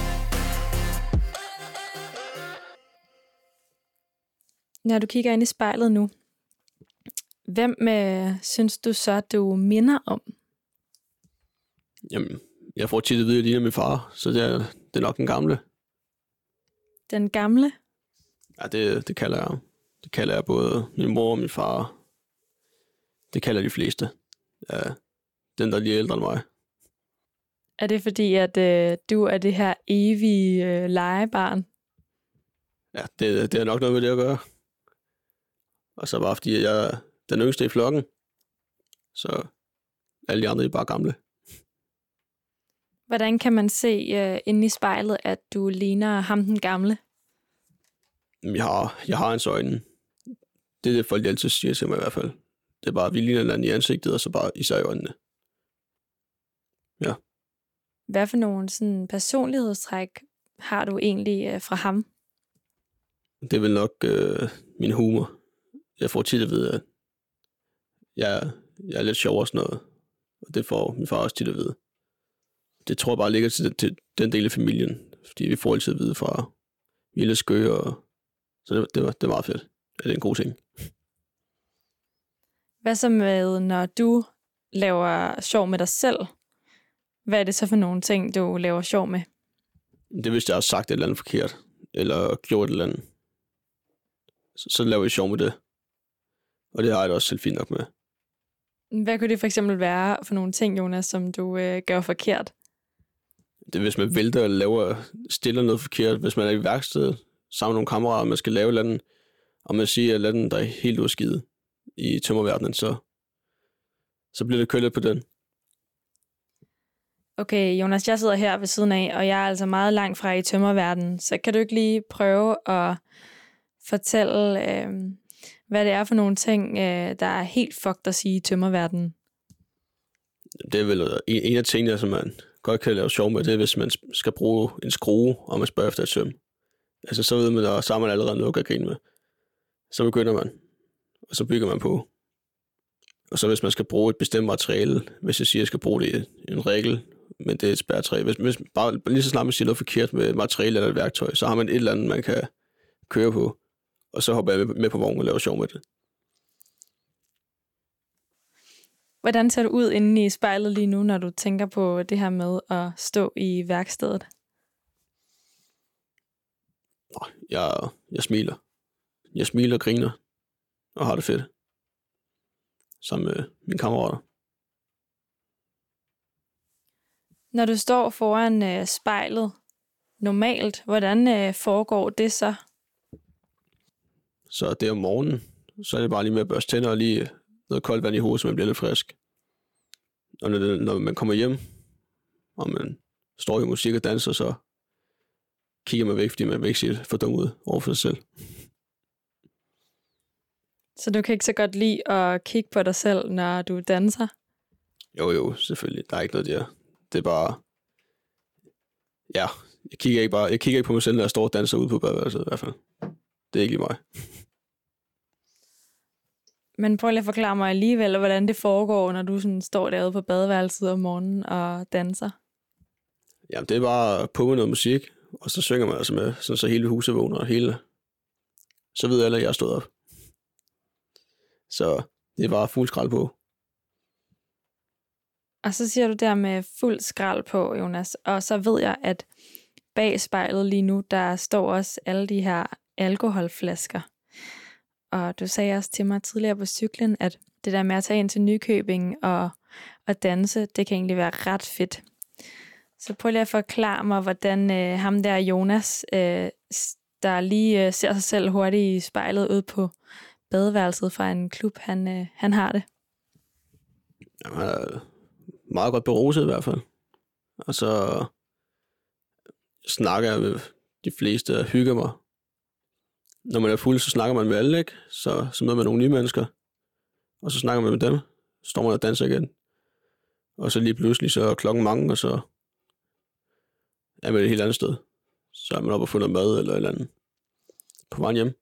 Når du kigger ind i spejlet nu, hvem øh, synes du så, du minder om? Jamen, jeg får tit at vide, at jeg ligner min far, så det er, det er nok den gamle. Den gamle? Ja, det, det kalder jeg. Det kalder jeg både min mor og min far. Det kalder de fleste. Ja, den, der er lige ældre end mig. Er det fordi, at øh, du er det her evige øh, legebarn? Ja, det, det er nok noget med det at gøre. Og så bare fordi, jeg er den yngste i flokken. Så alle de andre er bare gamle. Hvordan kan man se øh, inde i spejlet, at du ligner ham den gamle? Jeg har, jeg har hans øjne. Det er det, folk altid siger til mig i hvert fald. Det er bare, vi ligner hinanden i ansigtet, og så bare især i øjnene. Ja. Hvad for nogle sådan, personlighedstræk har du egentlig øh, fra ham? Det er vel nok øh, min humor. Jeg får tit at vide, at jeg, jeg er lidt sjov og sådan noget. Og det får min far også tit at vide. Det tror jeg bare ligger til den, til den del af familien. Fordi vi får altid at vide fra vi er lidt skøre. Og så det, det, var, det var meget fedt. Det er en god ting. Hvad så med, når du laver sjov med dig selv? Hvad er det så for nogle ting, du laver sjov med? Det er, hvis jeg har sagt et eller andet forkert. Eller gjort et eller andet. Så, så laver jeg sjov med det. Og det har jeg da også selv fint nok med. Hvad kunne det for eksempel være for nogle ting, Jonas, som du øh, gør forkert? Det er, hvis man vælter og laver, stiller noget forkert. Hvis man er i værksted sammen med nogle kammerater, og man skal lave et eller andet, og man siger et eller andet, der er helt udskidt i tømmerverdenen, så, så bliver det kølet på den. Okay, Jonas, jeg sidder her ved siden af, og jeg er altså meget langt fra i tømmerverdenen, så kan du ikke lige prøve at fortælle, øh, hvad det er for nogle ting, øh, der er helt fucked at sige i tømmerverdenen? Det er vel en, en af tingene, som man godt kan lave sjov med, det er, hvis man skal bruge en skrue, og man spørger efter et søm. Altså, så ved man, at så har man allerede noget at grine med. Så begynder man, og så bygger man på. Og så hvis man skal bruge et bestemt materiale, hvis jeg siger, at jeg skal bruge det i en regel, men det er et spærretræ. Hvis, hvis bare lige så snart man siger noget forkert med et materiale eller et værktøj, så har man et eller andet, man kan køre på, og så hopper jeg med, med på vognen og laver sjov med det. Hvordan ser du ud inde i spejlet lige nu, når du tænker på det her med at stå i værkstedet? Jeg, jeg smiler. Jeg smiler og griner, og har det fedt. Sammen med mine kammerater. Når du står foran øh, spejlet normalt, hvordan øh, foregår det så? Så det er om morgenen, så er det bare lige med at børste tænder og lige noget koldt vand i hovedet, så man bliver lidt frisk. Og når, det, når man kommer hjem, og man står i musik og danser, så kigger man væk, fordi man vil ikke se for dum ud over for sig selv. Så du kan ikke så godt lide at kigge på dig selv, når du danser? Jo, jo, selvfølgelig. Der er ikke noget der. Det er bare... Ja, jeg kigger ikke, bare... jeg kigger ikke på mig selv, når jeg står og danser ude på badeværelset i hvert fald. Det er ikke lige mig. Men prøv lige at forklare mig alligevel, hvordan det foregår, når du sådan står derude på badeværelset om morgenen og danser. Jamen, det er bare på med noget musik, og så synger man altså med, sådan så hele huset vågner, og hele... Så ved alle, at jeg er stået op. Så det er bare fuld skrald på. Og så siger du der med fuld skrald på, Jonas. Og så ved jeg, at bag spejlet lige nu, der står også alle de her alkoholflasker. Og du sagde også til mig tidligere på cyklen, at det der med at tage ind til Nykøbing og, og danse, det kan egentlig være ret fedt. Så prøv lige at forklare mig, hvordan øh, ham der Jonas, øh, der lige øh, ser sig selv hurtigt i spejlet ud på badeværelset fra en klub, han, øh, han har det. Jamen, han er meget godt beruset i hvert fald. Og så snakker jeg med de fleste og hygger mig. Når man er fuld, så snakker man med alle, ikke? Så, så møder man nogle nye mennesker. Og så snakker man med dem. Så står man og danser igen. Og så lige pludselig, så er klokken mange, og så er man et helt andet sted. Så er man oppe og fundet mad eller et eller andet på vejen hjem.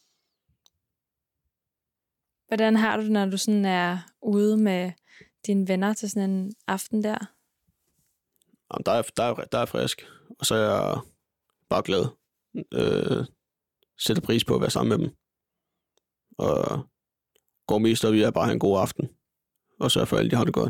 Hvordan har du det, når du sådan er ude med dine venner til sådan en aften der? Jamen, der, er, der, er, der er frisk, og så er jeg bare glad. Øh, sætter pris på at være sammen med dem. Og går mest op i at bare have en god aften. Og sørge for, at alle de har det godt.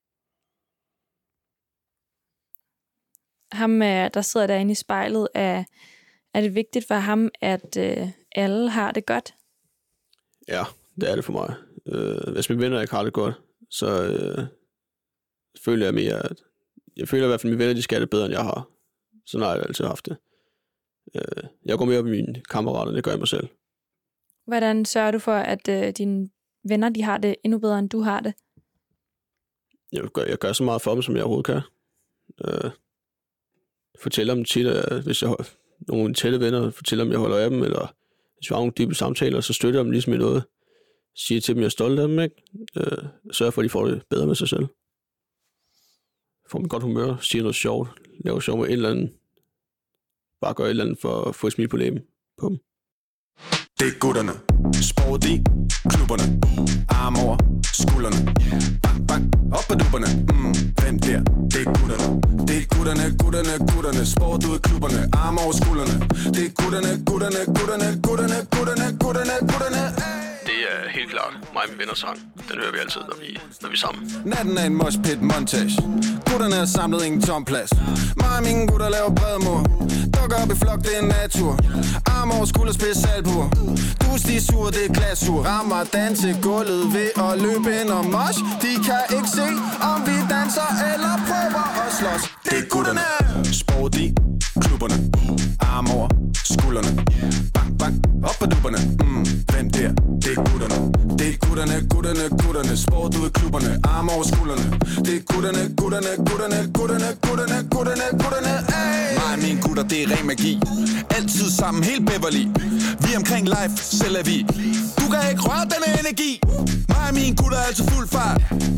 Ham, der sidder derinde i spejlet, er, er det vigtigt for ham, at øh, alle har det godt? Ja, det er det for mig. Øh, hvis mine venner ikke har det godt, så øh, føler jeg mere, at jeg føler i hvert fald, at mine venner de skal have det bedre, end jeg har. Sådan har jeg altid haft det. Øh, jeg går mere op i mine kammerater, end det gør jeg mig selv. Hvordan sørger du for, at øh, dine venner de har det endnu bedre, end du har det? Jeg gør, jeg gør så meget for dem, som jeg overhovedet kan. Øh, fortæller dem tit, at hvis jeg har nogle tætte venner, fortæller dem, at jeg holder af dem, eller hvis vi har nogle dybe samtaler, så støtter jeg dem ligesom i noget. Siger til dem, at jeg er stolt af dem, ikke? Øh, sørger for, at de får det bedre med sig selv. Får dem godt humør, siger noget sjovt, laver sjov med et eller andet. Bare gør et eller andet for at få et smil på læben på dem. Det er gutterne. Sport i klubberne. Arm over skuldrene. Bang, bang, op på dupperne. Mm, hvem der? Det er gutterne. Det er gutterne, gutterne, gutterne. Sport ud i klubberne. Arm over skuldrene. Det er gutterne, gutterne, gutterne, gutterne, gutterne, gutterne, gutterne. Det er helt klart mig og mine venner sang. Den hører vi altid, når vi, når vi er sammen. Natten er en moshpit montage. Gutterne er samlet ingen tom plads. Mig og mine gutter laver bredmur. Dukker op i flok, det er en natur. Arm over skulder, spids albuer. Dus, de er sur, det er glasur. Rammer danse gulvet ved at løbe ind og mosh. De kan ikke se, om vi danser eller prøver at slås. Det er gutterne. Sport i klubberne. Arm over skuldrene. Bang, bang, op på dupperne. Mm, hvem der? Det er gutterne. Det er gutterne, gutterne, gutterne. Sport ud i klubberne. Arm over skuldrene. Det er gutterne, gutterne, gutterne, gutterne, gutterne, gutterne, gutterne. Mig og mine gutter, det er ren magi. Altid sammen, helt Beverly. Vi er omkring life, selv er vi. Du kan ikke røre denne energi. Mig og mine gutter er altid fuld fart. Kun plads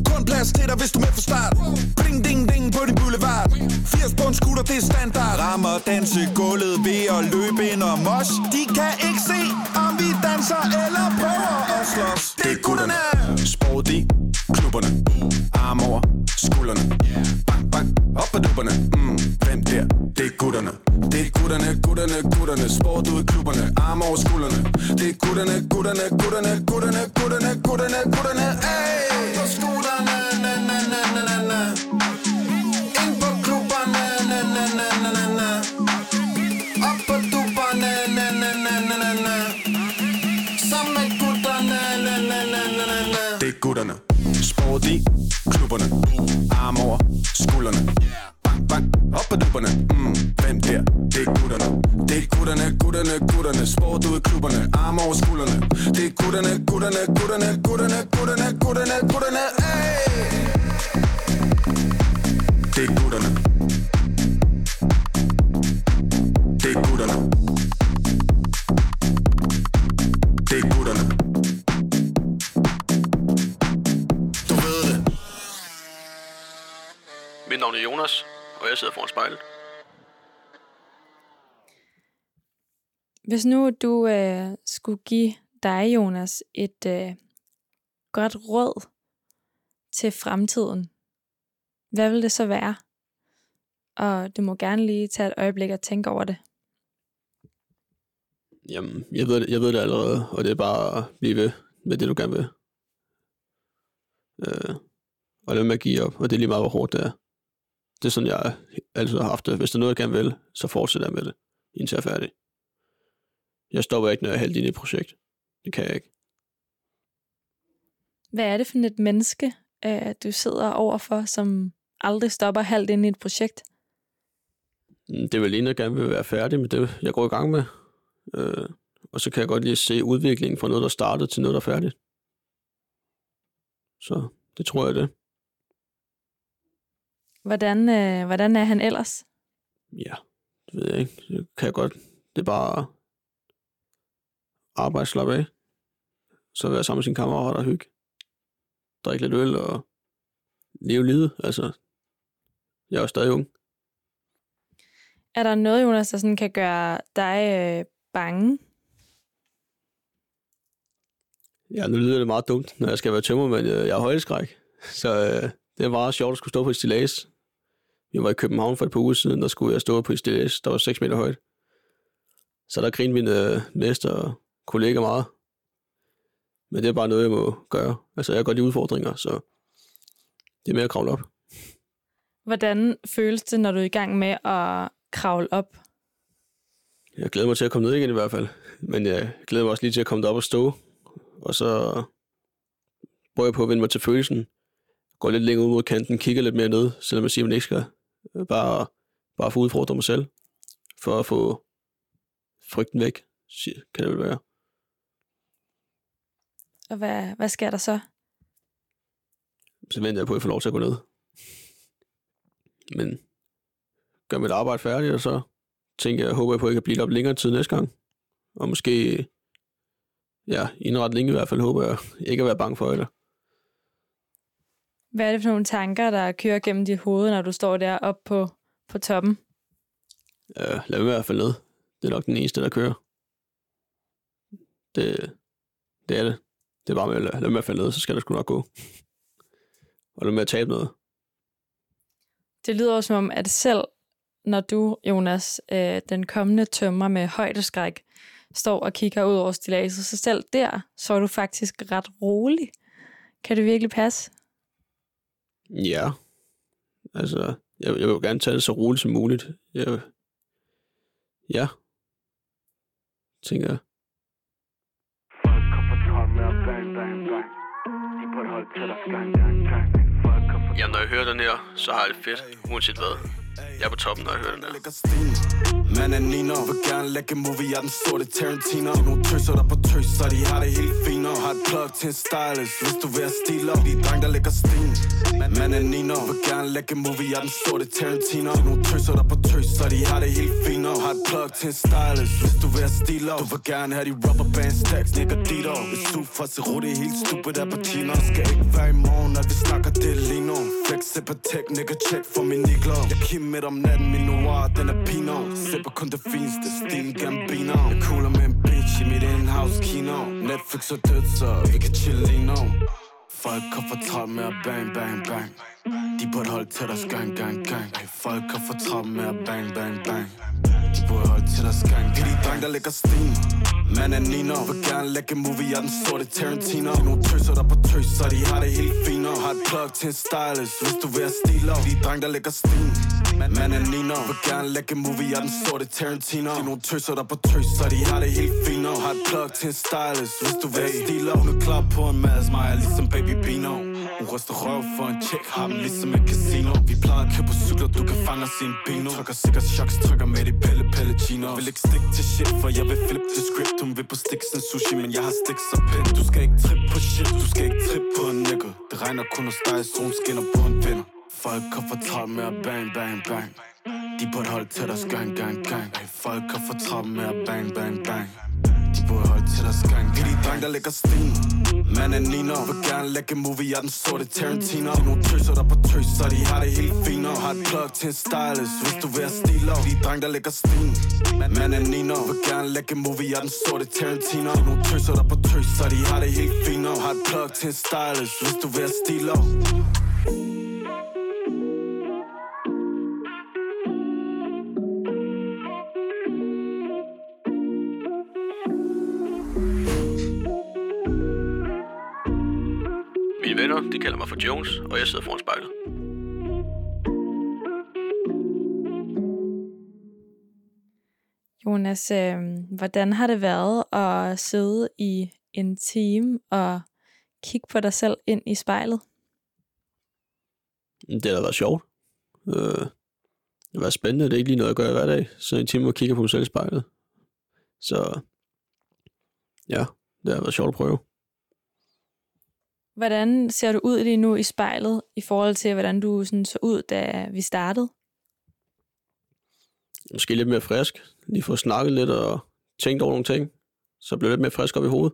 plads til dig, hvis du er med fra start. Ding, ding, ding på din boulevard. firs på en scooter, det er standard. Rammer danse gulvet ved at løbe ind og mos. De kan ikke se, om vi danser eller prøver at slås. Det er gutterne. Sport i klubberne. Arm over skuldrene. Bang, bang, op ad dupperne. Mm, hvem der? Det er gutterne. Det er gutterne, gutterne, gutterne. Sport ud i klubberne. Arm over skuldrene. Det er gutterne, gutterne, gutterne, gutterne, gutterne, gutterne, gutterne. Ey, på skuldrene, na, na, na, na, na, na. Ind på klubberne, na, na, na, na, na, na. Op på dupperne, na, na, na, na, na, na. Sammen med gutterne, na, na, na, na, na, na. Det er gutterne. Sport i klubberne. Arm over skuldrene. Bang, bang, op på dupperne. Mm, hvem der? Det er gutterne. Det er gutterne, gutterne, gutterne. Sport ud i klubberne. Arm over skuldrene. Det er gutterne, gutterne, gutterne, gutterne, gutterne, gutterne, gutterne. Ey! Det er gutterne. Det er gutterne. Det er gutterne. Du ved det. Mit navn er Jonas, og jeg sidder foran spejlet. Hvis nu du øh, skulle give dig, Jonas, et øh, godt råd til fremtiden, hvad vil det så være? Og du må gerne lige tage et øjeblik og tænke over det. Jamen, jeg ved det, jeg ved det allerede, og det er bare at blive ved med det, du gerne vil. Øh, og lad med at give op, og det er lige meget, hvor hårdt det er. Det er sådan, jeg altid har haft det. Hvis der er noget, jeg gerne vil, så fortsætter jeg med det, indtil jeg er færdig. Jeg stopper ikke, når jeg er halvt inde i et projekt. Det kan jeg ikke. Hvad er det for et menneske, øh, du sidder overfor, som aldrig stopper halvt inde i et projekt? Det er vel en, jeg gerne vil være færdig med det, jeg går i gang med. Øh, og så kan jeg godt lige se udviklingen fra noget, der startede, til noget, der er færdigt. Så det tror jeg det. Hvordan, øh, hvordan er han ellers? Ja, det ved jeg ikke. Det kan jeg godt. Det er bare arbejde, slappe af. Så være sammen med sine kammerater og hygge. Drikke lidt øl og leve livet. Altså, jeg er jo stadig ung. Er der noget, Jonas, der sådan kan gøre dig øh, bange? Ja, nu lyder det meget dumt, når jeg skal være tømmermand. Jeg er højdeskræk. Så øh, det er meget sjovt at skulle stå på et stillads. Vi var i København for et par uger siden, der skulle jeg stå på et stillads, der var seks meter højt. Så der grinede mine øh, mester og kollegaer meget. Men det er bare noget, jeg må gøre. Altså, jeg har godt lide udfordringer, så det er mere at kravle op. Hvordan føles det, når du er i gang med at kravle op? Jeg glæder mig til at komme ned igen i hvert fald. Men jeg glæder mig også lige til at komme derop og stå. Og så prøver jeg på at vende mig til følelsen. Går lidt længere ud mod kanten, kigger lidt mere ned, selvom jeg siger, at man ikke skal. Bare, bare få udfordret mig selv. For at få frygten væk, kan det vel være. Og hvad, hvad sker der så? Så venter jeg på, at jeg får lov til at gå ned. Men gør mit arbejde færdigt, og så tænker jeg, håber jeg på, at jeg kan blive op længere tid næste gang. Og måske, ja, i en ret længe i hvert fald, håber jeg ikke at være bange for det. Hvad er det for nogle tanker, der kører gennem dit hoved, når du står der oppe på, på toppen? Ja, lad mig i hvert fald ned. Det er nok den eneste, der kører. Det, det er det. Det er bare med at lade, lad mig i hvert fald ned, så skal det sgu nok gå. Og lad med at tabe noget. Det lyder også som om, at selv når du, Jonas, øh, den kommende tømrer med højdeskræk, står og kigger ud over stilladset, så selv der, så er du faktisk ret rolig. Kan det virkelig passe? Ja. Altså, jeg, jeg vil jo gerne tage det så roligt som muligt. Jeg, ja. Tænker jeg. Jamen, når jeg hører den her, så har jeg det fedt, uanset hvad. Jeg er på toppen, når jeg hører den der. Man er Nino, vil gerne lægge movie, jeg er den sorte Tarantino. De er nogle tøser, der på tøs, så de har det helt fint. Har et plug til en stylist, hvis du vil have stil op. De dreng, der lægger sten. Man er Nino, vil gerne lægge movie, jeg er den sorte Tarantino. De er nogle tøser, der på tøs, så de har det helt fint. Har et plug til en stylist, hvis du vil have stil op. Du vil gerne have de rubber band stacks, nigga Dito. Hvis du får sig ro, det er helt stupid af Pacino. Skal ikke være i morgen, når vi snakker det lige nu. Flex, sipper tech, nigga check for min nigler. Jeg kim midt om natten, min noir, den er pino. Sipper kun det fineste, stil Gambino. Jeg cooler med en bitch i mit in-house kino. Netflix er dødt, så vi kan chill lige nu. Folk har fortalt med at bang, bang, bang. De burde holde til deres gang, gang, gang. Folk har fortalt med at bang, bang, bang. De burde holde til deres gang, gang. Det er de dreng, der lægger sten. Man er Nino, vil gerne lægge movie, jeg er den sorte Tarantino. De er nogle tøser, der på tøs, så de har det helt fint. Har et plug til en stylist, hvis du vil have stil op. De er dreng, der lægger sten. Man er Nino, vil gerne lægge movie, jeg er den sorte Tarantino. De er nogle tøser, der på tøs, så de har det helt fint. Har et plug til en stylist, hvis du vil have stil op. Hun er klar på en masse, mig er ligesom Baby Bino. Hun ryster røv for en check, har dem ligesom et casino. Vi plejer at køre på cykler, du kan fange os i en bino. Trykker sikkert choks, trykker med de pelle pelle chino. Vil ikke stikke til shit, for jeg vil flip til script. Hun vil på stik som sushi, men jeg har stik så pind. Du skal ikke trippe på shit, du skal ikke trippe på en nigga. Det regner kun hos dig, solen skinner på en vinder. Folk har fortalt med at bang, bang, bang. De burde holde til deres gang, gang, gang. Folk har fortalt med at bang, bang, bang. De burde holde til deres gang, gang. Det er de dreng, der lægger sten. Man er Nino, vil gerne lægge movie, jeg er den sorte Tarantino. De er nogle tøser, der på tøs, så de har det helt fint. Har et plug til en stylist, hvis du vil have stil op. De er dreng, der lægger sten. Man er Nino, vil gerne lægge movie, jeg er den sorte Tarantino. De er nogle tøser, der på tøs, så de har det helt fint. Har et plug til en stylist, hvis du vil have stil op. Mine venner, de kalder mig for Jones, og jeg sidder foran spejlet. Jonas, øh, hvordan har det været at sidde i en time og kigge på dig selv ind i spejlet? Det har da været sjovt. Øh, det har været spændende. Det er ikke lige noget, jeg gør hver dag. Så en time og kigger på mig selv i spejlet. Så ja, det har været sjovt at prøve. Hvordan ser du ud lige nu i spejlet, i forhold til, hvordan du sådan så ud, da vi startede? Måske lidt mere frisk. Lige få snakket lidt og tænkt over nogle ting. Så bliver lidt mere frisk op i hovedet.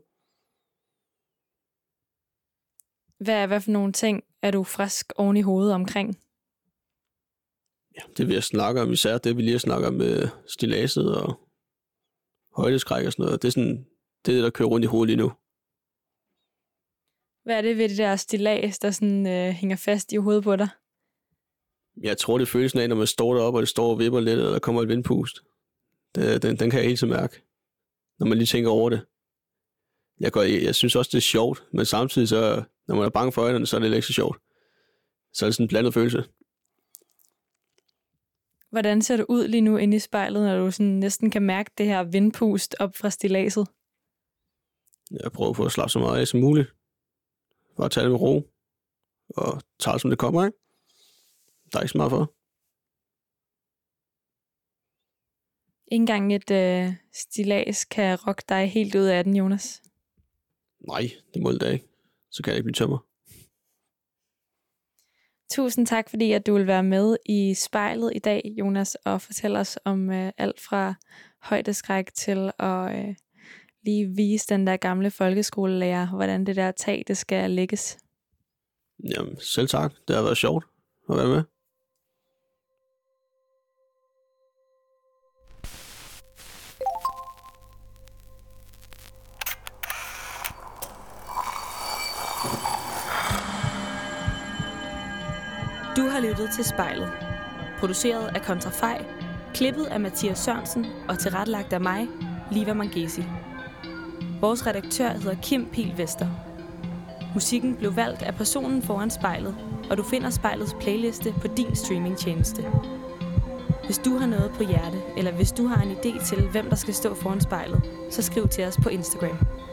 Hvad, hvad for nogle ting er du frisk oven i hovedet omkring? Ja, det vi har snakket om, især det vi lige har snakket om med stiladset og højdeskræk og sådan noget. Det er sådan, det er det, der kører rundt i hovedet lige nu. Hvad er det ved det der stillads, der sådan, øh, hænger fast i hovedet på dig? Jeg tror, det føles af, når man står deroppe, og det står og vipper lidt, og der kommer et vindpust. Det, den, den kan jeg helt så mærke, når man lige tænker over det. Jeg, går, jeg, jeg synes også, det er sjovt, men samtidig, så, når man er bange for øjnene, så er det ikke så sjovt. Så er det sådan en blandet følelse. Hvordan ser du ud lige nu inde i spejlet, når du sådan næsten kan mærke det her vindpust op fra stilladset? Jeg prøver på at slappe så meget af som muligt. Bare tage det med ro. Og tage det, som det kommer, ikke? Der er ikke så meget for. Ikke engang et øh, stillads kan rocke dig helt ud af den, Jonas. Nej, det må det da ikke. Så kan jeg ikke blive tømmer. Tusind tak, fordi at du vil være med i spejlet i dag, Jonas, og fortælle os om øh, alt fra højdeskræk til at øh, lige vise den der gamle folkeskolelærer, hvordan det der tag, det skal lægges. Jamen, selv tak. Det har været sjovt at være med. Du har lyttet til Spejlet. Produceret af Kontrafej, klippet af Mathias Sørensen og tilrettelagt af mig, Liva Mangesi. Vores redaktør hedder Kim Pihl Vester. Musikken blev valgt af personen foran spejlet, og du finder spejlets playliste på din streamingtjeneste. Hvis du har noget på hjerte, eller hvis du har en idé til, hvem der skal stå foran spejlet, så skriv til os på Instagram.